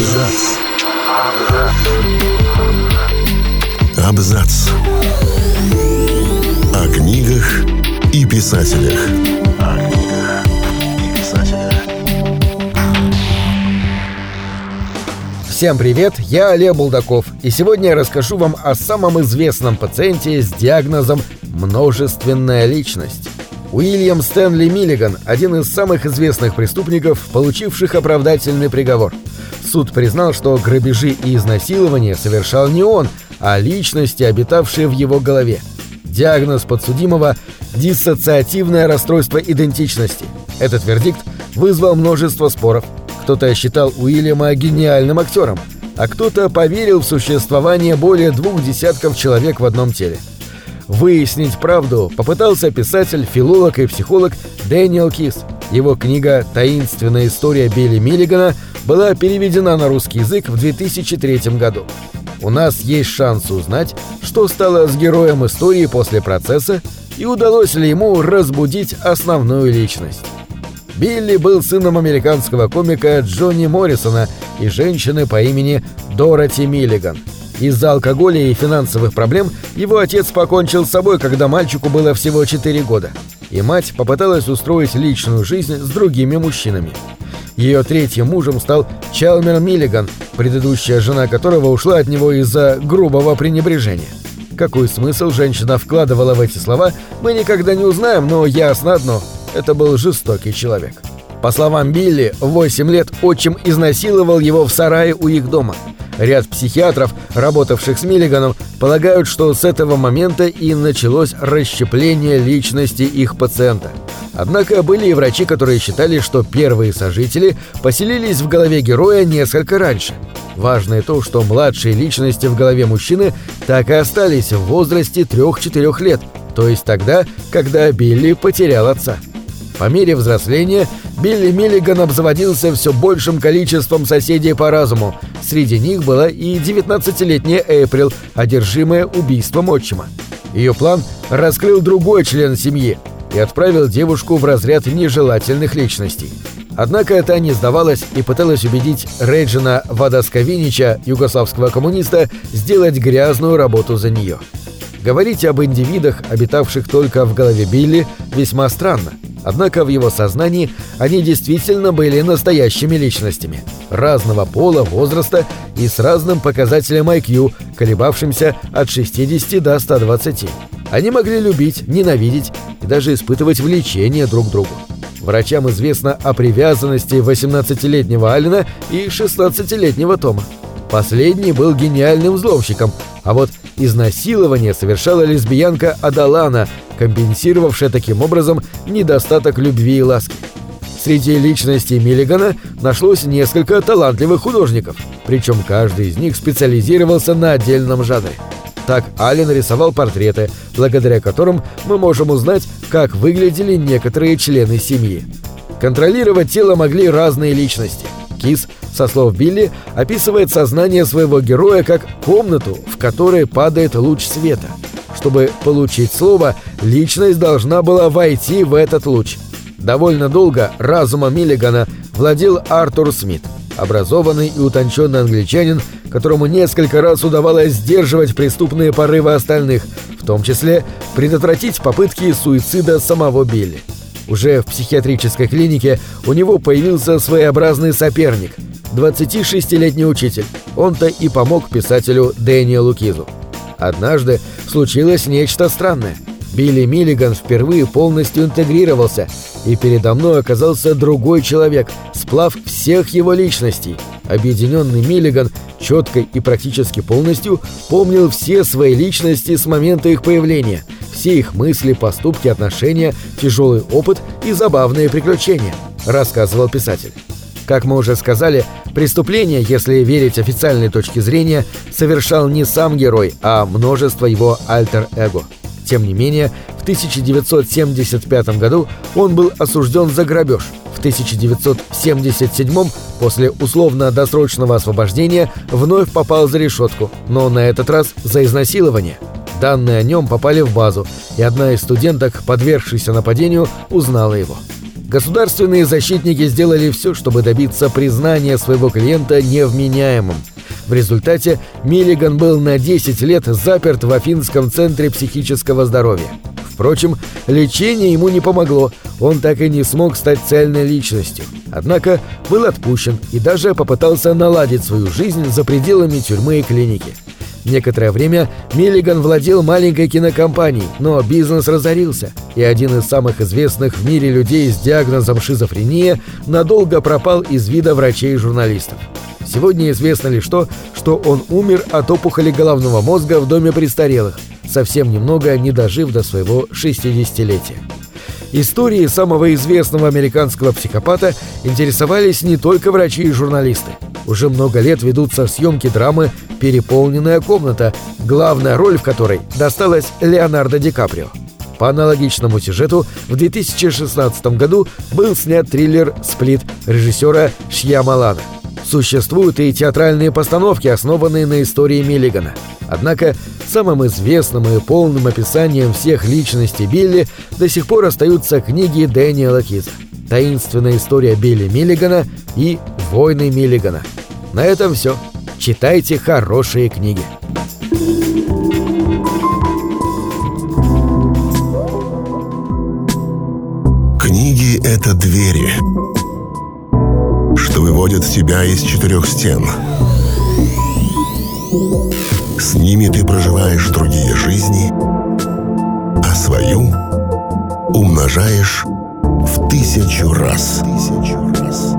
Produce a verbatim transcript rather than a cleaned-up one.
Абзац. Абзац. О книгах и писателях. О книгах и писателях. Всем привет, я Олег Булдаков, и сегодня я расскажу вам о самом известном пациенте с диагнозом «множественная личность». Уильям Стэнли Миллиган – один из самых известных преступников, получивших оправдательный приговор. Суд признал, что грабежи и изнасилования совершал не он, а личности, обитавшие в его голове. Диагноз подсудимого – диссоциативное расстройство идентичности. Этот вердикт вызвал множество споров. Кто-то считал Уильяма гениальным актером, а кто-то поверил в существование более двух десятков человек в одном теле. Выяснить правду попытался писатель, филолог и психолог Дэниел Кис. Его книга «Таинственная история Билли Миллигана» была переведена на русский язык в две тысячи третьем году. У нас есть шанс узнать, что стало с героем истории после процесса и удалось ли ему разбудить основную личность. Билли был сыном американского комика Джонни Моррисона и женщины по имени Дороти Миллиган. Из-за алкоголя и финансовых проблем его отец покончил с собой, когда мальчику было всего четыре года, и мать попыталась устроить личную жизнь с другими мужчинами. Ее третьим мужем стал Чалмер Миллиган, предыдущая жена которого ушла от него из-за грубого пренебрежения. Какой смысл женщина вкладывала в эти слова, мы никогда не узнаем, но ясно одно – это был жестокий человек. По словам Билли, в восемь лет отчим изнасиловал его в сарае у их дома. Ряд психиатров, работавших с Миллиганом, полагают, что с этого момента и началось расщепление личности их пациента. Однако были и врачи, которые считали, что первые сожители поселились в голове героя несколько раньше. Важно и то, что младшие личности в голове мужчины так и остались в возрасте трех-четырех лет, то есть тогда, когда Билли потерял отца. По мере взросления Билли Миллиган обзаводился все большим количеством соседей по разуму. Среди них была и девятнадцатилетняя Эйприл, одержимая убийством отчима. Ее план раскрыл другой член семьи и отправил девушку в разряд нежелательных личностей. Однако та не сдавалась и пыталась убедить Реджина Вадасковинича, югославского коммуниста, сделать грязную работу за нее. Говорить об индивидах, обитавших только в голове Билли, весьма странно. Однако в его сознании они действительно были настоящими личностями, разного пола, возраста и с разным показателем ай кью, колебавшимся от шестидесяти до ста двадцати. Они могли любить, ненавидеть и даже испытывать влечение друг к другу. Врачам известно о привязанности восемнадцатилетнего Аллена и шестнадцатилетнего Тома. Последний был гениальным взломщиком, а вот изнасилование совершала лесбиянка Адалана, компенсировавшая таким образом недостаток любви и ласки. Среди личностей Миллигана нашлось несколько талантливых художников, причем каждый из них специализировался на отдельном жанре. Так Аллен рисовал портреты, благодаря которым мы можем узнать, как выглядели некоторые члены семьи. Контролировать тело могли разные личности. Кис, со слов Билли, описывает сознание своего героя как комнату, в которой падает луч света. Чтобы получить слово, личность должна была войти в этот луч. Довольно долго разумом Миллигана владел Артур Смит, образованный и утонченный англичанин, которому несколько раз удавалось сдерживать преступные порывы остальных, в том числе предотвратить попытки суицида самого Билли. Уже в психиатрической клинике у него появился своеобразный соперник – двадцатишестилетний учитель. Он-то и помог писателю Дэниелу Кизу. Однажды случилось нечто странное. Билли Миллиган впервые полностью интегрировался, и передо мной оказался другой человек, сплав всех его личностей. Объединенный Миллиган четко и практически полностью помнил все свои личности с момента их появления, все их мысли, поступки, отношения, тяжелый опыт и забавные приключения, рассказывал писатель. Как мы уже сказали, преступление, если верить официальной точке зрения, совершал не сам герой, а множество его альтер-эго. Тем не менее, в тысяча девятьсот семьдесят пятом году он был осужден за грабеж. В тысяча девятьсот семьдесят седьмом, после условно-досрочного освобождения, вновь попал за решетку, но на этот раз за изнасилование. Данные о нем попали в базу, и одна из студенток, подвергшейся нападению, узнала его. Государственные защитники сделали все, чтобы добиться признания своего клиента невменяемым. В результате Миллиган был на десять лет заперт в Афинском центре психического здоровья. Впрочем, лечение ему не помогло, он так и не смог стать цельной личностью. Однако был отпущен и даже попытался наладить свою жизнь за пределами тюрьмы и клиники. Некоторое время Миллиган владел маленькой кинокомпанией, но бизнес разорился, и один из самых известных в мире людей с диагнозом шизофрения надолго пропал из вида врачей и журналистов. Сегодня известно лишь то, что он умер от опухоли головного мозга в доме престарелых, совсем немного не дожив до своего шестидесятилетия. Историей самого известного американского психопата интересовались не только врачи и журналисты. Уже много лет ведутся съемки драмы «Переполненная комната», главная роль в которой досталась Леонардо Ди Каприо. По аналогичному сюжету в две тысячи шестнадцатом году был снят триллер «Сплит» режиссера Шьямалана. Существуют и театральные постановки, основанные на истории Миллигана. Однако самым известным и полным описанием всех личностей Билли до сих пор остаются книги Дэниела Киза «Таинственная история Билли Миллигана» и «Войны Миллигана». На этом все. Читайте хорошие книги. Книги — это двери, что выводят тебя из четырех стен. С ними ты проживаешь другие жизни, а свою умножаешь в тысячу раз. Тысячу раз.